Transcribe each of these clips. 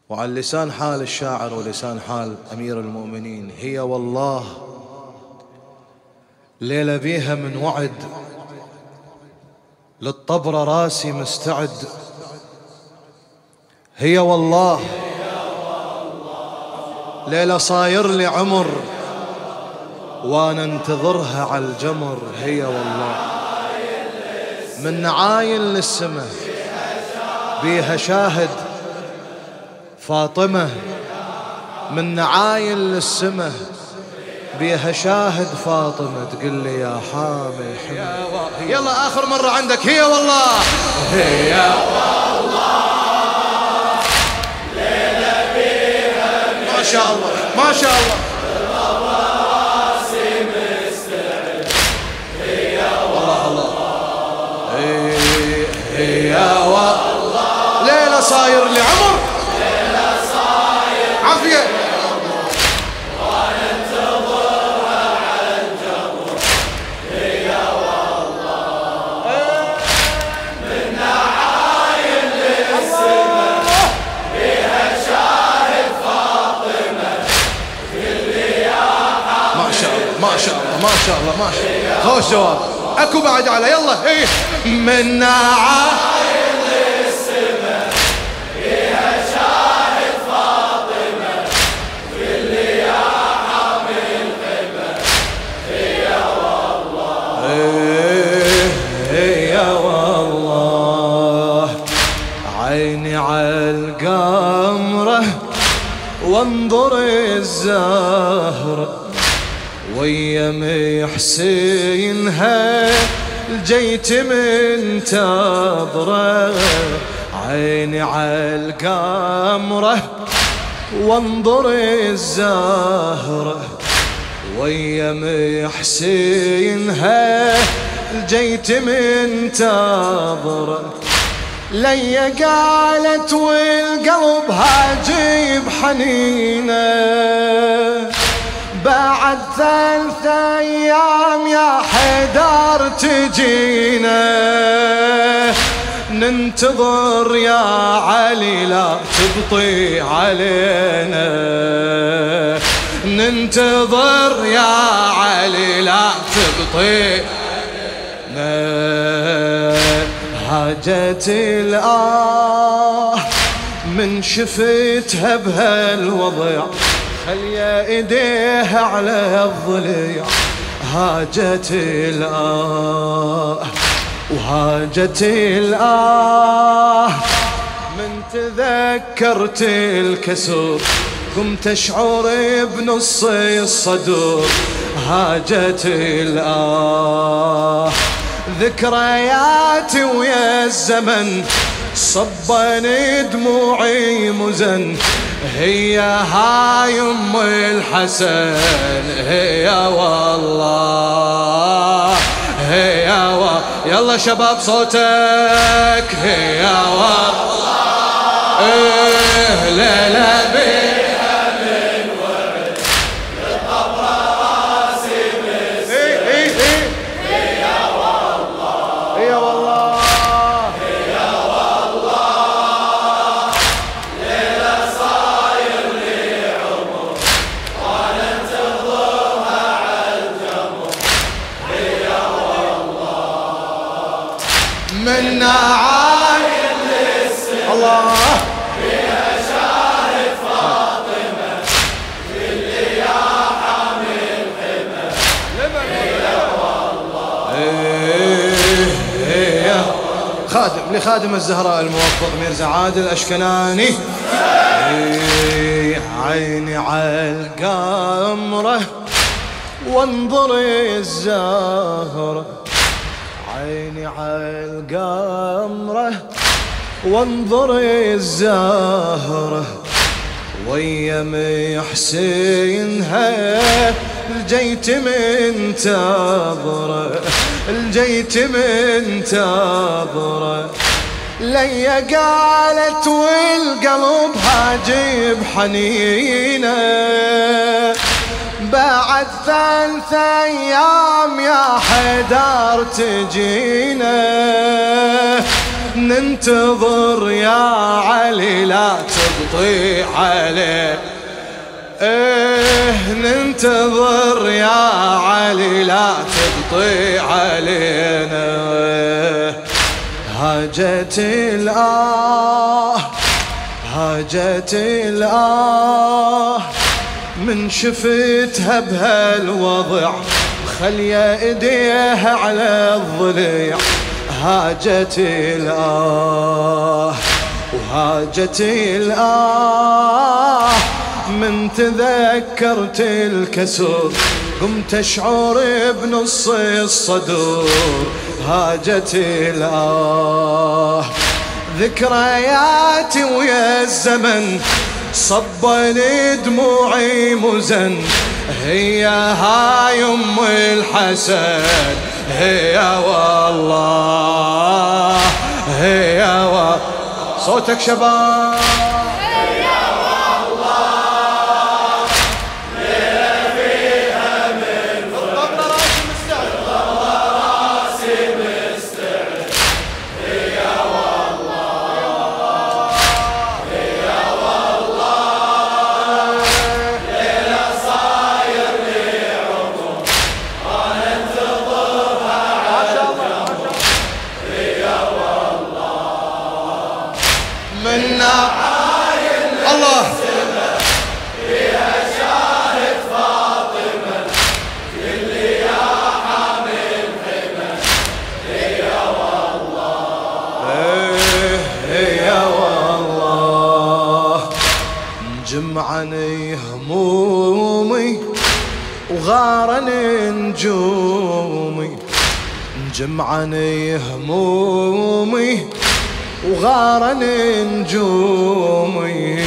وعلى لسان حال الشاعر ولسان حال أمير المؤمنين، هي والله ليلة بيها من وعد، للطبرة راسي مستعد. هي والله ليلة صاير لي عمر وانا انتظرها على الجمر. هي والله من نعاين للسماء بيها شاهد فاطمة، من نعاين للسماء بيها شاهد فاطمة، تقول لي يا حامل حمل. يلا آخر مرة عندك. هي والله هي والله ليلة بيها ما شاء الله ما شاء الله راسي مستعد. هي والله هي والله ليلة صاير لي عمر، ليلة صاير عافية وانا انتظرها على الجمر. هي والله من نعاين للسماء بها شاهد فاطمة، اللي يا ما شاء الله ما شاء الله ما شاء الله ما شاء الله. خوش جواب اكو بعد على يلا. هي من نعاين للسماء بها شاهد فاطمة، اللي يا حامل حمى. هي والله هي والله عيني عالقمرة وانظر الزهرة ويا محسينها جيت من تبرة. عيني عالقمرة وانظر الزهرة ويا محسينها جيت من تبرة. لي قالت والقلب هاجيب حنينه، بعد 3 أيام يا حيدر تجينا. ننتظر يا علي لا تبطي علينا، ننتظر يا علي لا تبطي علينا. هاجت الآه من شفتها بهالوضع، خلي ايديها على الضليع. هاجت الآه وهاجت الآه من تذكرت الكسور، قمت اشعر بنص الصدور. هاجت الآه ذكرياتي ويا الزمن صبن دموعي مزن. هي هاي ام الحسن هي والله هي والله. يلا شباب صوتك. هي والله ليلة بيها من وعد، للطبرة راسي مستعد. هي والله هي والله هي والله ليلة صاير لي عمر وانا انتظرها على الجمر. هي والله من نعاين للسماء الله بها شاهد فاطمة، اللي يا حامل حمى. هي والله هي خادم لخادم الزهراء الموفق ميرزا عادل الأشكناني. عيني عالقمرة وانظر الزهرة، عيني عالقمرة وانظر الزهرة ويا محسينها الجيت من تبرة، الجيت من تبرة. لي قالت والقلب هاجيب حنينه، بعد 3 أيام يا حيدر تجينا. ننتظر يا علي لا تبطي عليه. ننتظر يا علي لا تبطي علينا. هاجت هاجت من شفتها بهالوضع خلي ايديها على الضليع. هاجت وهاجت من تذكرت الكسر قمت اشعر بنص الصدور. هاجت ذكرياتي ويا الزمن صبني دموعي مزن. هي هاي ام الحسن هي والله هي والله. صوتك شباب. هي والله ليلة فيها من فرح راسي مستعد. هي والله هي والله ليلة صاير لي عمر انا انتظرها على الجمر. هي والله منا الله فيها شاهد فاطمة اللي يا حامل حمى. هي والله هي والله جمعني همومي وغارني نجومي. جمعني همومي وغارني نجومي.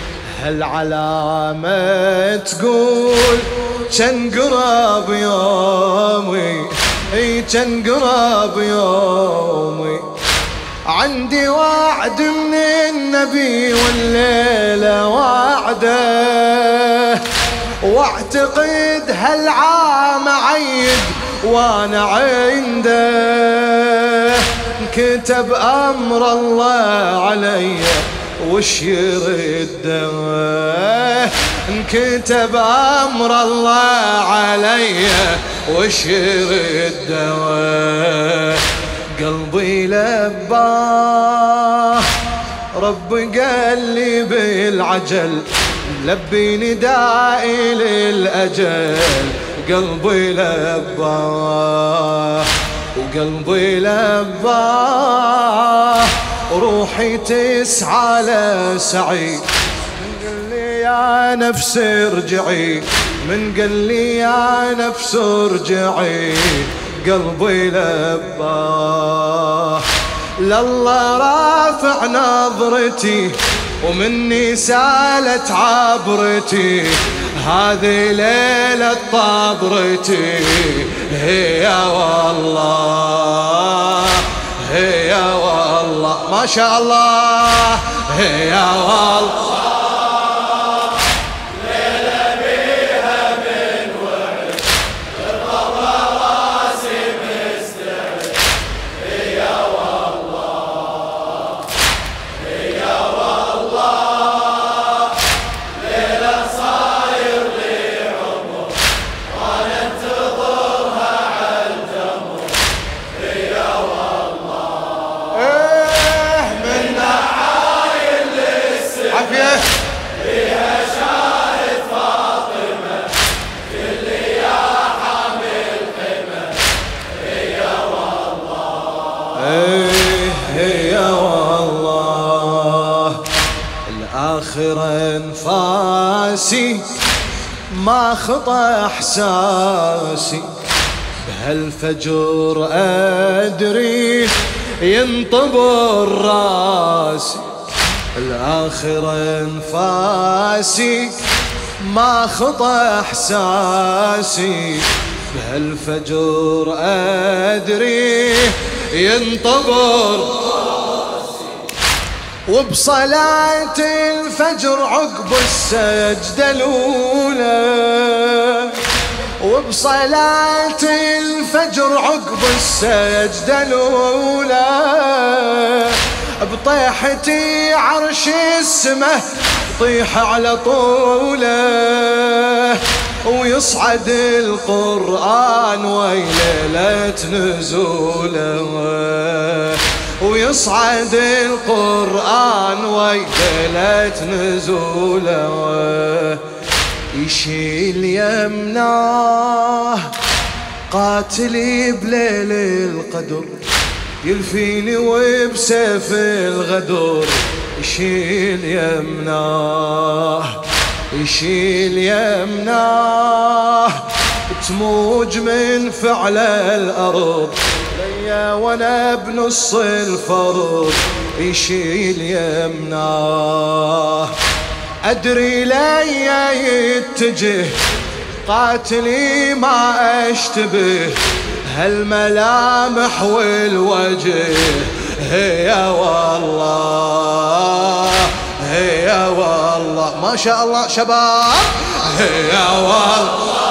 هالعلامة تقول كان قرب يومي. اي كان قرب يومي. عندي وعد من النبي والليلة وعده واعتقد هالعام عيد وانا عنده. كتب امر الله علي وش يرده. كتب امر الله علي وش يرده. قلبي لباه رب قال لي بالعجل لبي ندائي للأجل. قلبي لباه وقلبي لباه روحي تسعى لسعي. من قال لي يا نفس ارجعي من قال لي يا نفس ارجعي. قلبي لباه لله رافع نظرتي ومني سالت عبرتي. هذه ليلة طابرتي. هي والله هي والله ما شاء الله. هي والله ليلة بيها من وعد الرضا راسي مستعد. هي والله هي والله ليلة صاير لي عمر وانا انتظرها على الجمر. هي والله من عاين للسماء عافية فيها شاهد فاطمة اللي يا حامل حمى. هي والله هي والله الآخر انفاسي ما خطى احساسي. بهالفجر ادري ينطبر راسي. الآخر انفاسي ما خطى احساسي. بهالفجر ادري ينطبر وبصلاة الفجر عقب السجدة الأولى وبصلاة الفجر عقب السجدة الأولى بطيحتي عرش السماء طيح على طوله ويصعد القرآن ويليلة نزوله ويصعد القرآن ويليلة نزوله يشيل يمناه قاتلي بليل القدر يلفيني وبسيف الغدر يشيل يمناه يشيل يمناه تموج من فعل الأرض ليا وانا بنص الفرض يشيل يمناه أدري ليا يتجه قاتلي ما أشتبه هالملامح والوجه هي والله هي والله ما شاء الله شباب هي والله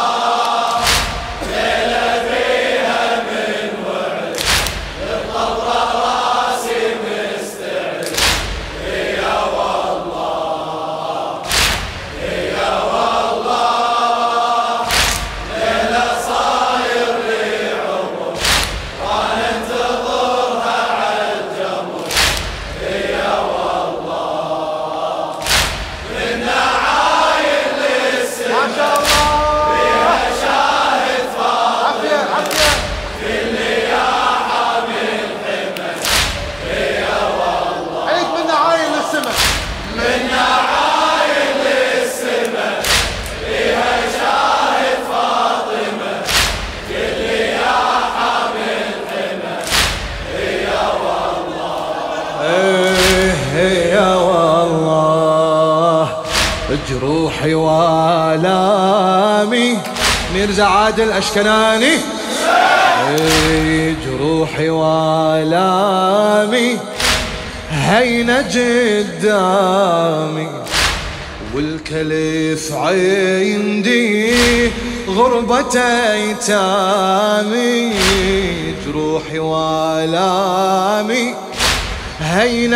ليلة فيها من وعد الطبرة راسي مستعد هي والله هي والله ليلة صاير لي عمر وانا انتظرها عالجمر هي والله من نعايل للسما ما شاء الله فيها شاهد فاطمة كل يا حامل حمى هي والله عيد من نعايل للسما من نعايل للسما فيها شاهد فاطمة كل يا حامل حمى هي والله هي والله جروحي والامي ميرزا عادل أشكناني جروحي والامي هين قدامي والكلف عندي غربة ايتامي جروحي والامي هين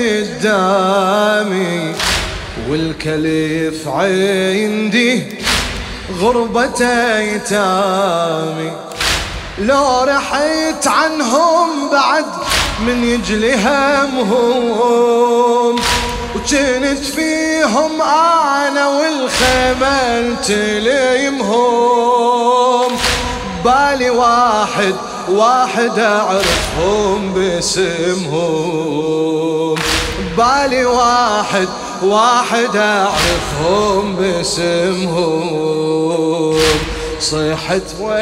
قدامي والكلف عندي غربة ايتامي لو رحت عنهم بعد من يجلي همهم وكنت فيهم انا والخيمة تليمهم بالي واحد واحد اعرفهم باسمهم بالي واحد واحد اعرفهم باسمهم صيحت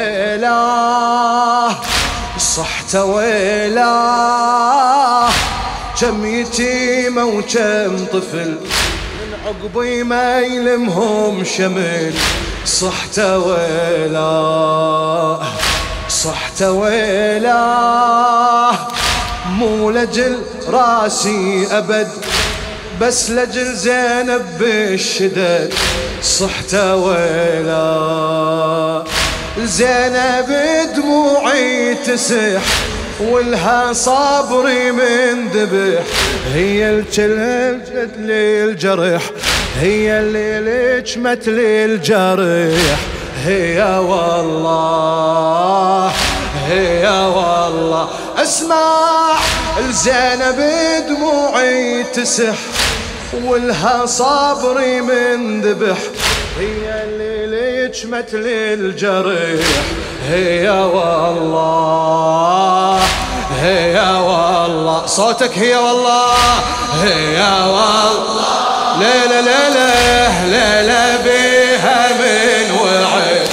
ويلاه صحت ويلاه كم يتيمة وكم طفل من عقبي ما يلمهم شمل صحت ويلاه صحت ويلاه مو لجل راسي أبد بس لجل زينب بالشدد صحت ويلا زينب دموعي تسح ولها صبري من ذبح هي الجلد للجرح هي اللي لجمت للجرح هي والله هي والله اسمع الزينب دموعي تسح ولها صبري من ذبح هي اللي لجمت للجرح هي والله هي والله صوتك هي والله هي والله ليلة ليلة ليلة بها من وعد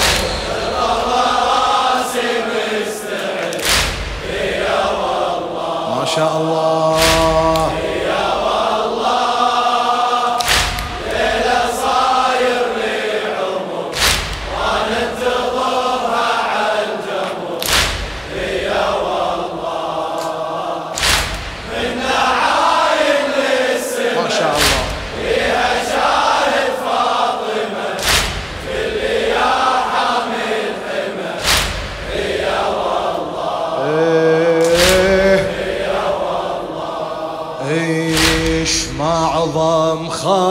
ما شاء الله يا والله ليلة صاير لي عمر وانا انتظرها عالجمر يا والله من نعايل للسما ما شاء الله فيها شاهد فاطمة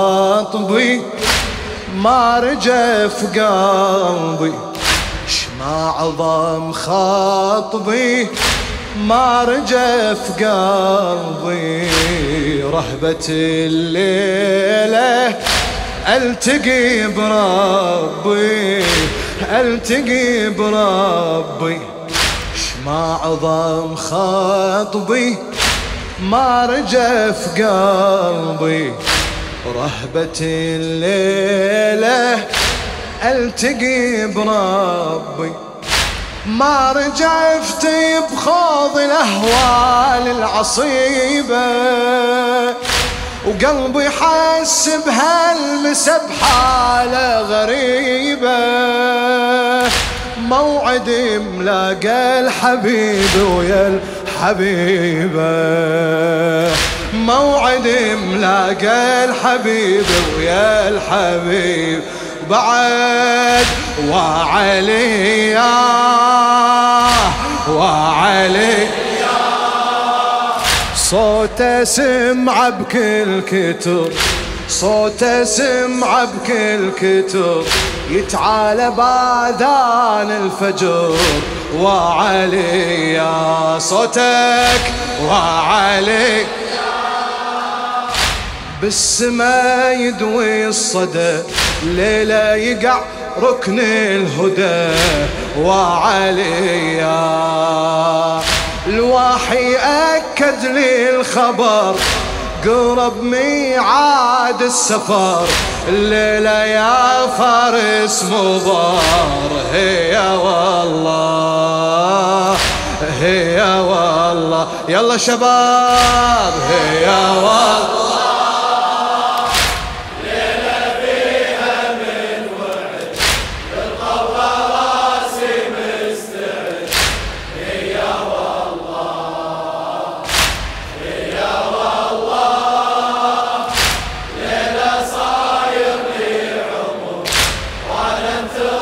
خاطبي ما رجف قلبي، شما عظم خاطبي ما رجف قلبي، رهبة الليلة التقي بربي، التقي بربي، شما عظم خاطبي ما رجف قلبي، رهبة الليلة التقي بربي، ما رجفت بخوض الاهوال العصيبة، وقلبي حس بهالمسة بحالة غريبة، موعدي ملاقى الحبيب ويا الحبيبة، موعدي ملاقى الحبيب ويا الحبيب، بعد وعلي وعلي صوت سمع بكل كتب، صوت سمع بكل كتب، يتعالى باذان الفجر، وعلي صوتك وعلي بالسما يدوي الصدى، ليلة يقع ركن الهدى، وعلي الوحي أكد لي الخبر، قرب ميعاد السفر، الليلة يا فارس مضار، هي والله هي والله، يلا شباب هي والله، صاير لي عمر وانا انتظر